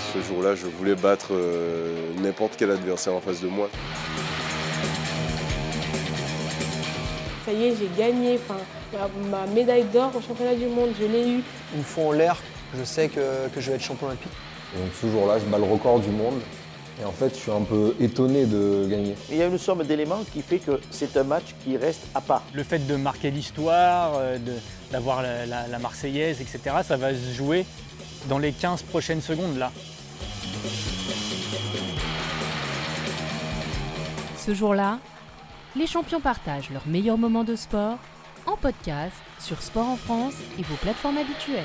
Ce jour-là, je voulais battre n'importe quel adversaire en face de moi. Ça y est, j'ai gagné. Ma médaille d'or au championnat du monde, je l'ai eue. Ils me font en l'air, je sais que je vais être champion olympique. Et donc ce jour-là, je bats le record du monde. Et en fait, je suis un peu étonné de gagner. Il y a une somme d'éléments qui fait que c'est un match qui reste à part. Le fait de marquer l'histoire, d'avoir la Marseillaise, etc., ça va se jouer dans les 15 prochaines secondes là. Ce jour-là, les champions partagent leurs meilleurs moments de sport en podcast sur Sport en France et vos plateformes habituelles.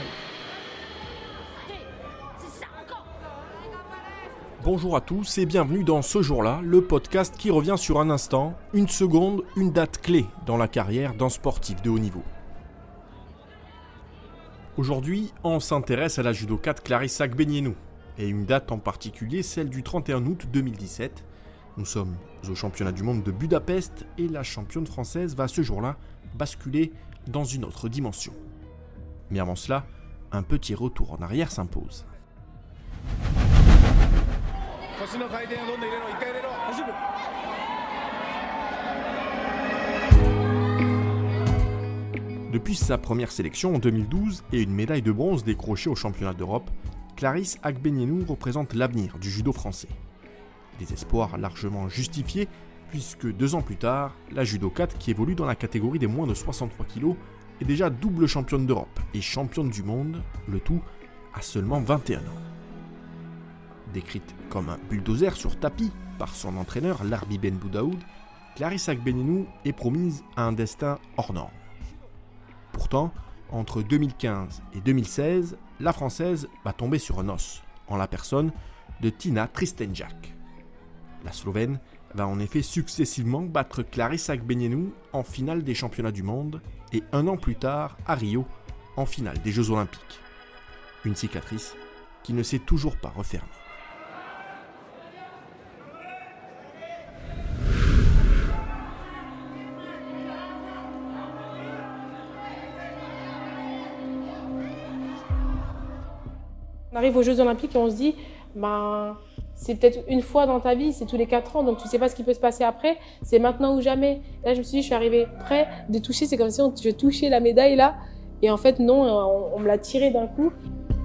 Bonjour à tous et bienvenue dans Ce jour-là, le podcast qui revient sur un instant, une seconde, une date clé dans la carrière d'un sportif de haut niveau. Aujourd'hui, on s'intéresse à la judokate Clarisse Agbenienou et une date en particulier, celle du 31 août 2017. Nous sommes au championnat du monde de Budapest et la championne française va ce jour-là basculer dans une autre dimension. Mais avant cela, un petit retour en arrière s'impose. Depuis sa première sélection en 2012 et une médaille de bronze décrochée au championnat d'Europe, Clarisse Agbenienou représente l'avenir du judo français. Des espoirs largement justifiés puisque 2 ans plus tard, la judokate qui évolue dans la catégorie des moins de 63 kg est déjà double championne d'Europe et championne du monde, le tout à seulement 21 ans. Décrite comme un bulldozer sur tapis par son entraîneur Larbi Ben Boudaoud, Clarisse Agbenienou est promise à un destin hors norme. Pourtant, entre 2015 et 2016, la Française va tomber sur un os, en la personne de Tina Tristenjak. La Slovène va en effet successivement battre Clarisse Agbenienou en finale des championnats du monde et 1 an plus tard à Rio, en finale des Jeux Olympiques. Une cicatrice qui ne s'est toujours pas refermée. On arrive aux Jeux Olympiques et on se dit, c'est peut-être une fois dans ta vie, c'est tous les 4 ans, donc tu ne sais pas ce qui peut se passer après, c'est maintenant ou jamais. Là, je me suis dit, je suis arrivée près de toucher, c'est comme si je touchais la médaille là, et en fait, non, on me l'a tirée d'un coup.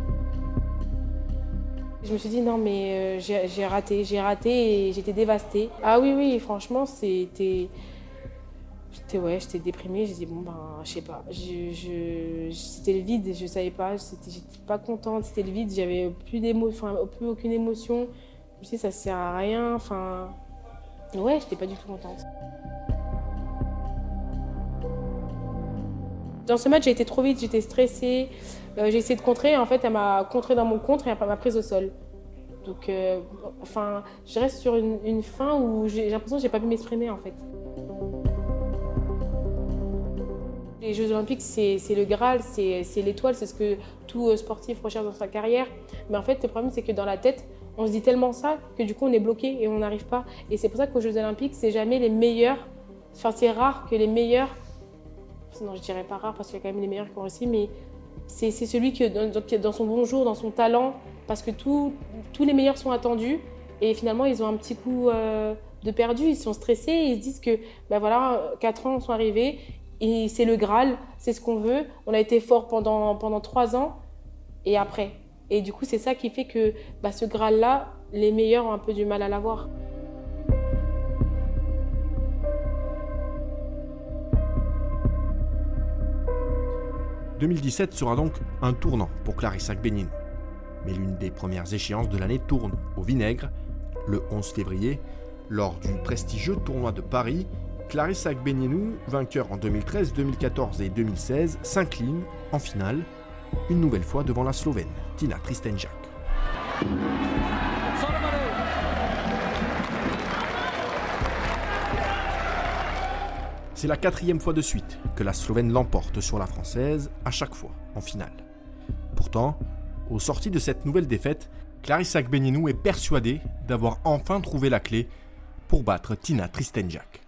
Je me suis dit, non, mais j'ai raté et j'étais dévastée. Ah oui, franchement, j'étais déprimée, j'ai dit, je sais pas, c'était le vide, je savais pas, j'étais pas contente, c'était le vide, j'avais plus aucune émotion, je me suis dit, ça sert à rien, j'étais pas du tout contente. Dans ce match, j'ai été trop vite, j'étais stressée, j'ai essayé de contrer, et en fait, elle m'a contré dans mon contre et elle m'a prise au sol. Donc, je reste sur une fin où j'ai l'impression que j'ai pas pu m'exprimer, en fait. Les Jeux Olympiques, c'est le Graal, c'est l'étoile, c'est ce que tout sportif recherche dans sa carrière. Mais en fait, le problème, c'est que dans la tête, on se dit tellement ça que du coup, on est bloqué et on n'arrive pas. Et c'est pour ça qu'aux Jeux Olympiques, c'est jamais les meilleurs. C'est rare que les meilleurs. Non, je dirais pas rare parce qu'il y a quand même les meilleurs qui ont réussi, mais c'est celui qui est dans son bon jour, dans son talent, parce que tous les meilleurs sont attendus et finalement, ils ont un petit coup de perdu, ils sont stressés et ils se disent que 4 ans sont arrivés. Et c'est le Graal, c'est ce qu'on veut. On a été fort pendant 3 ans et après. Et du coup, c'est ça qui fait que ce Graal-là, les meilleurs ont un peu du mal à l'avoir. « 2017 sera donc un tournant pour Clarisse Agbenienou. Mais l'une des premières échéances de l'année tourne au vinaigre. Le 11 février, lors du prestigieux tournoi de Paris, Clarisse Agbenienou, vainqueur en 2013, 2014 et 2016, s'incline en finale, une nouvelle fois devant la Slovène, Tina Tristenjak. C'est la 4e fois de suite que la Slovène l'emporte sur la Française, à chaque fois en finale. Pourtant, au sorti de cette nouvelle défaite, Clarisse Agbenienou est persuadée d'avoir enfin trouvé la clé pour battre Tina Tristenjak.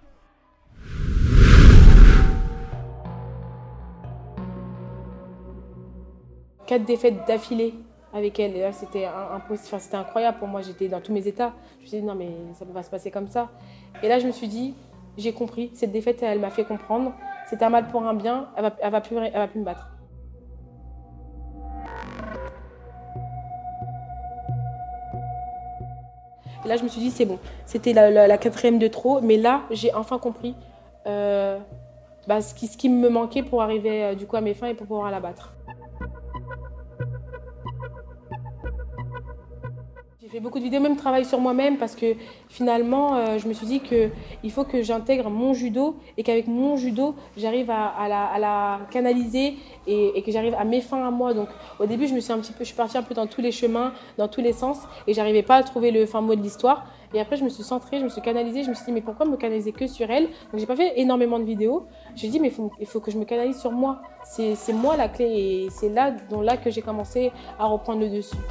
Quatre défaites d'affilée avec elle. Et là, c'était c'était incroyable pour moi. J'étais dans tous mes états. Je me suis dit, non, mais ça ne peut pas se passer comme ça. Et là, je me suis dit, j'ai compris. Cette défaite, elle m'a fait comprendre. C'est un mal pour un bien. Elle va plus me battre. Et là, je me suis dit, c'est bon. C'était la 4e de trop. Mais là, j'ai enfin compris ce qui me manquait pour arriver du coup à mes fins et pour pouvoir la battre. J'ai fait beaucoup de vidéos, même travail sur moi-même, parce que finalement, je me suis dit qu'il faut que j'intègre mon judo et qu'avec mon judo, j'arrive à la canaliser et que j'arrive à mes fins à moi. Donc au début, je suis partie un peu dans tous les chemins, dans tous les sens, et j'arrivais pas à trouver le fin mot de l'histoire. Et après, je me suis centrée, je me suis canalisée, je me suis dit, mais pourquoi me canaliser que sur elle? Donc j'ai pas fait énormément de vidéos. J'ai dit, mais il faut que je me canalise sur moi. C'est moi la clé, et c'est là que j'ai commencé à reprendre le dessus.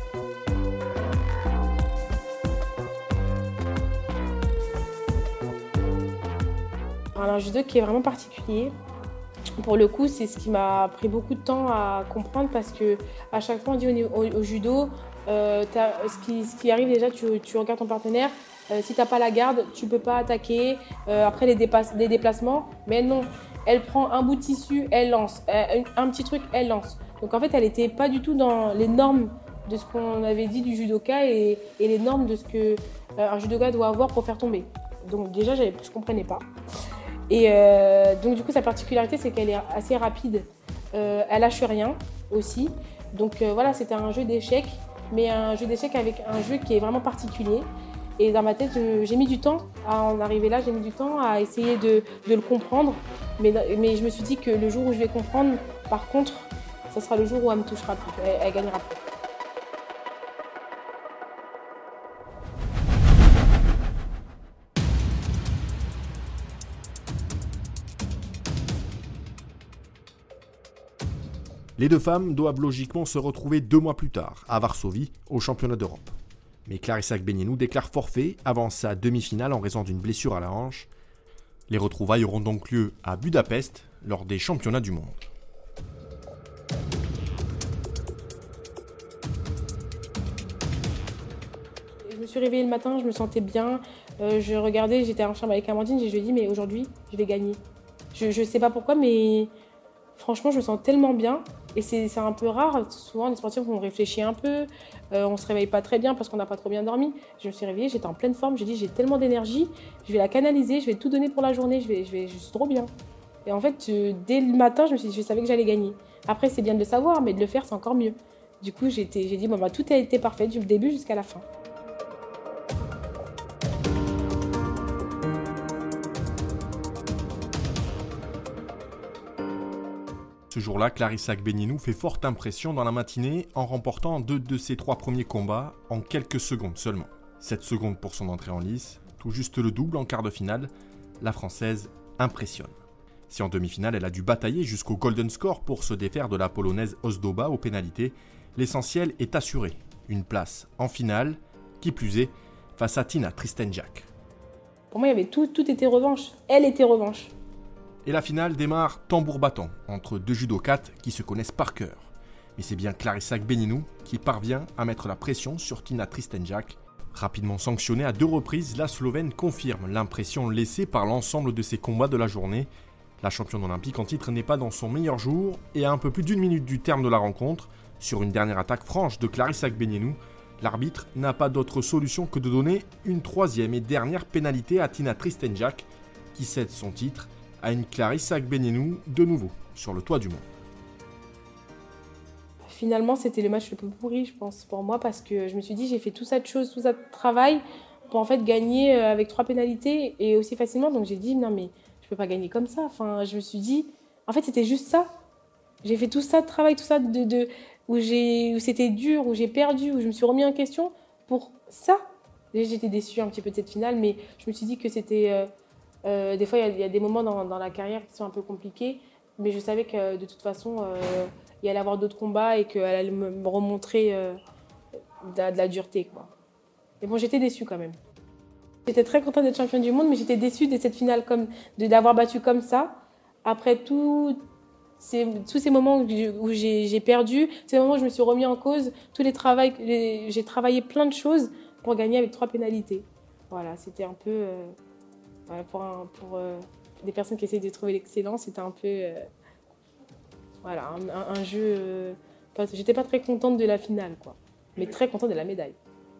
Alors, un judo qui est vraiment particulier. Pour le coup, c'est ce qui m'a pris beaucoup de temps à comprendre, parce que à chaque fois on dit au judo, ce qui arrive déjà, tu regardes ton partenaire, si tu n'as pas la garde, tu ne peux pas attaquer, après les déplacements, mais non, elle prend un bout de tissu, elle lance, un petit truc, elle lance. Donc en fait, elle n'était pas du tout dans les normes de ce qu'on avait dit du judoka et les normes de ce qu'un judoka doit avoir pour faire tomber. Donc déjà, je ne comprenais pas. Et donc du coup, sa particularité, c'est qu'elle est assez rapide. Elle lâche rien aussi. Donc voilà, c'était un jeu d'échecs, mais un jeu d'échecs avec un jeu qui est vraiment particulier. Et dans ma tête, j'ai mis du temps à en arriver là, j'ai mis du temps à essayer de le comprendre. Mais je me suis dit que le jour où je vais comprendre, par contre, ce sera le jour où elle me touchera plus, elle gagnera plus. Les deux femmes doivent logiquement se retrouver 2 mois plus tard, à Varsovie, au championnat d'Europe. Mais Clarissa Agbenienou déclare forfait avant sa demi-finale en raison d'une blessure à la hanche. Les retrouvailles auront donc lieu à Budapest, lors des championnats du monde. Je me suis réveillée le matin, je me sentais bien. Je regardais, j'étais en chambre avec Amandine et je lui ai dit, mais aujourd'hui, je vais gagner. Je ne sais pas pourquoi, mais franchement, je me sens tellement bien. Et c'est un peu rare. Souvent, les sportifs, on réfléchit un peu. On ne se réveille pas très bien parce qu'on n'a pas trop bien dormi. Je me suis réveillée, j'étais en pleine forme. J'ai dit, j'ai tellement d'énergie, je vais la canaliser, je vais tout donner pour la journée. Je suis trop bien. Et en fait, dès le matin, je savais que j'allais gagner. Après, c'est bien de le savoir, mais de le faire, c'est encore mieux. Du coup, j'ai dit, tout a été parfait du début jusqu'à la fin. Ce jour-là, Clarissa Agbenienou fait forte impression dans la matinée en remportant 2 de ses 3 premiers combats en quelques secondes seulement. 7 secondes pour son entrée en lice, tout juste le double en quart de finale. La Française impressionne. Si en demi-finale, elle a dû batailler jusqu'au golden score pour se défaire de la Polonaise Ozdoba aux pénalités, l'essentiel est assuré. Une place en finale, qui plus est, face à Tina Tristenjak. Pour moi, il y avait tout était revanche. Elle était revanche. Et la finale démarre tambour battant entre 2 judokates qui se connaissent par cœur. Mais c'est bien Clarissa Agbenienou qui parvient à mettre la pression sur Tina Tristenjak. Rapidement sanctionnée à 2 reprises, la Slovène confirme l'impression laissée par l'ensemble de ses combats de la journée. La championne olympique en titre n'est pas dans son meilleur jour et à un peu plus d'1 minute du terme de la rencontre, sur une dernière attaque franche de Clarissa Agbenienou, l'arbitre n'a pas d'autre solution que de donner une 3e et dernière pénalité à Tina Tristenjak qui cède son titre à une Clarissa Agbenienou de nouveau sur le toit du monde. Finalement, c'était le match le plus pourri, je pense, pour moi, parce que je me suis dit, j'ai fait tout ça de choses, tout ça de travail pour en fait gagner avec 3 pénalités et aussi facilement. Donc j'ai dit, non mais je peux pas gagner comme ça. Enfin, je me suis dit, en fait, c'était juste ça. J'ai fait tout ça de travail, tout ça où c'était dur, où j'ai perdu, où je me suis remis en question pour ça. J'étais déçue un petit peu de cette finale, mais je me suis dit que c'était... des fois, il y a des moments dans la carrière qui sont un peu compliqués, mais je savais que de toute façon, il allait y avoir d'autres combats et qu'elle allait me remontrer de la dureté, quoi. Mais bon, j'étais déçue quand même. J'étais très contente d'être championne du monde, mais j'étais déçue de cette finale, d'avoir battu comme ça, après tout C'est tous ces moments où j'ai perdu, ces moments où je me suis remis en cause, j'ai travaillé plein de choses pour gagner avec 3 pénalités. Voilà, c'était un peu, pour des personnes qui essayent de trouver l'excellence, c'était un peu, un jeu. J'étais pas très contente de la finale, quoi, mais très contente de la médaille.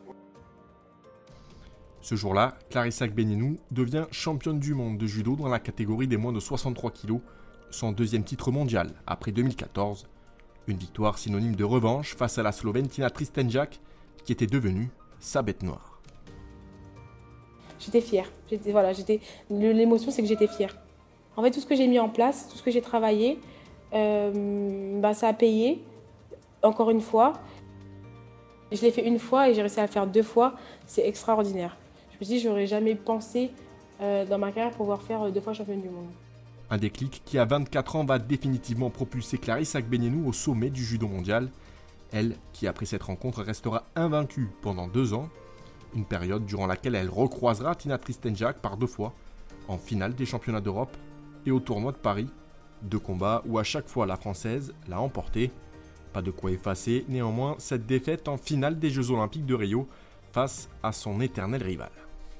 Ce jour-là, Clarisse Agbenienou devient championne du monde de judo dans la catégorie des moins de 63 kg, son 2e titre mondial après 2014. Une victoire synonyme de revanche face à la Slovène Tina Trstenjak, qui était devenue sa bête noire. J'étais fière. L'émotion, c'est que j'étais fière. En fait, tout ce que j'ai mis en place, tout ce que j'ai travaillé, ça a payé, encore une fois. Je l'ai fait une fois et j'ai réussi à le faire 2 fois. C'est extraordinaire. Je me suis dit, j'aurais jamais pensé dans ma carrière pouvoir faire 2 fois championne du monde. Un déclic qui, à 24 ans, va définitivement propulser Clarisse Agbenienou au sommet du judo mondial. Elle, qui après cette rencontre restera invaincue pendant 2 ans. Une période durant laquelle elle recroisera Tina Trstenjak par 2 fois, en finale des championnats d'Europe et au tournoi de Paris. 2 combats où à chaque fois la Française l'a emporté. Pas de quoi effacer néanmoins cette défaite en finale des Jeux Olympiques de Rio face à son éternel rival.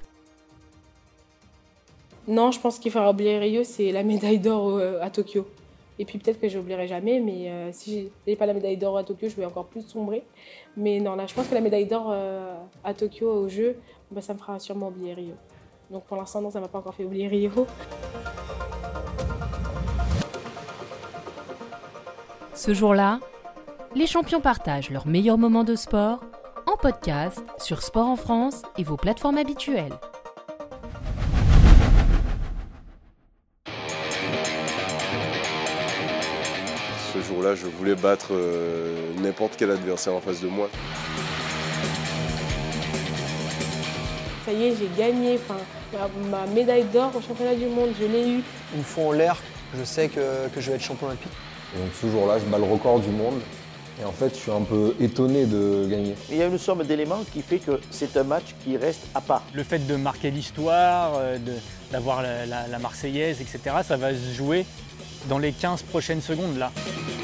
Non, je pense qu'il faudra oublier Rio, c'est la médaille d'or à Tokyo. Et puis peut-être que je n'oublierai jamais, mais si je n'ai pas la médaille d'or à Tokyo, je vais encore plus sombrer. Mais non, là, je pense que la médaille d'or à Tokyo, aux Jeux, ça me fera sûrement oublier Rio. Donc pour l'instant, non, ça ne m'a pas encore fait oublier Rio. Ce jour-là, les champions partagent leurs meilleurs moments de sport en podcast sur Sport en France et vos plateformes habituelles. Ce jour-là, je voulais battre n'importe quel adversaire en face de moi. Ça y est, j'ai gagné. Ma médaille d'or au championnat du monde, je l'ai eue. Une fois en l'air, je sais que je vais être champion olympique. Et donc ce jour-là, je bats le record du monde. Et en fait, je suis un peu étonné de gagner. Il y a une somme d'éléments qui fait que c'est un match qui reste à part. Le fait de marquer l'histoire, d'avoir la Marseillaise, etc., ça va se jouer dans les 15 prochaines secondes là.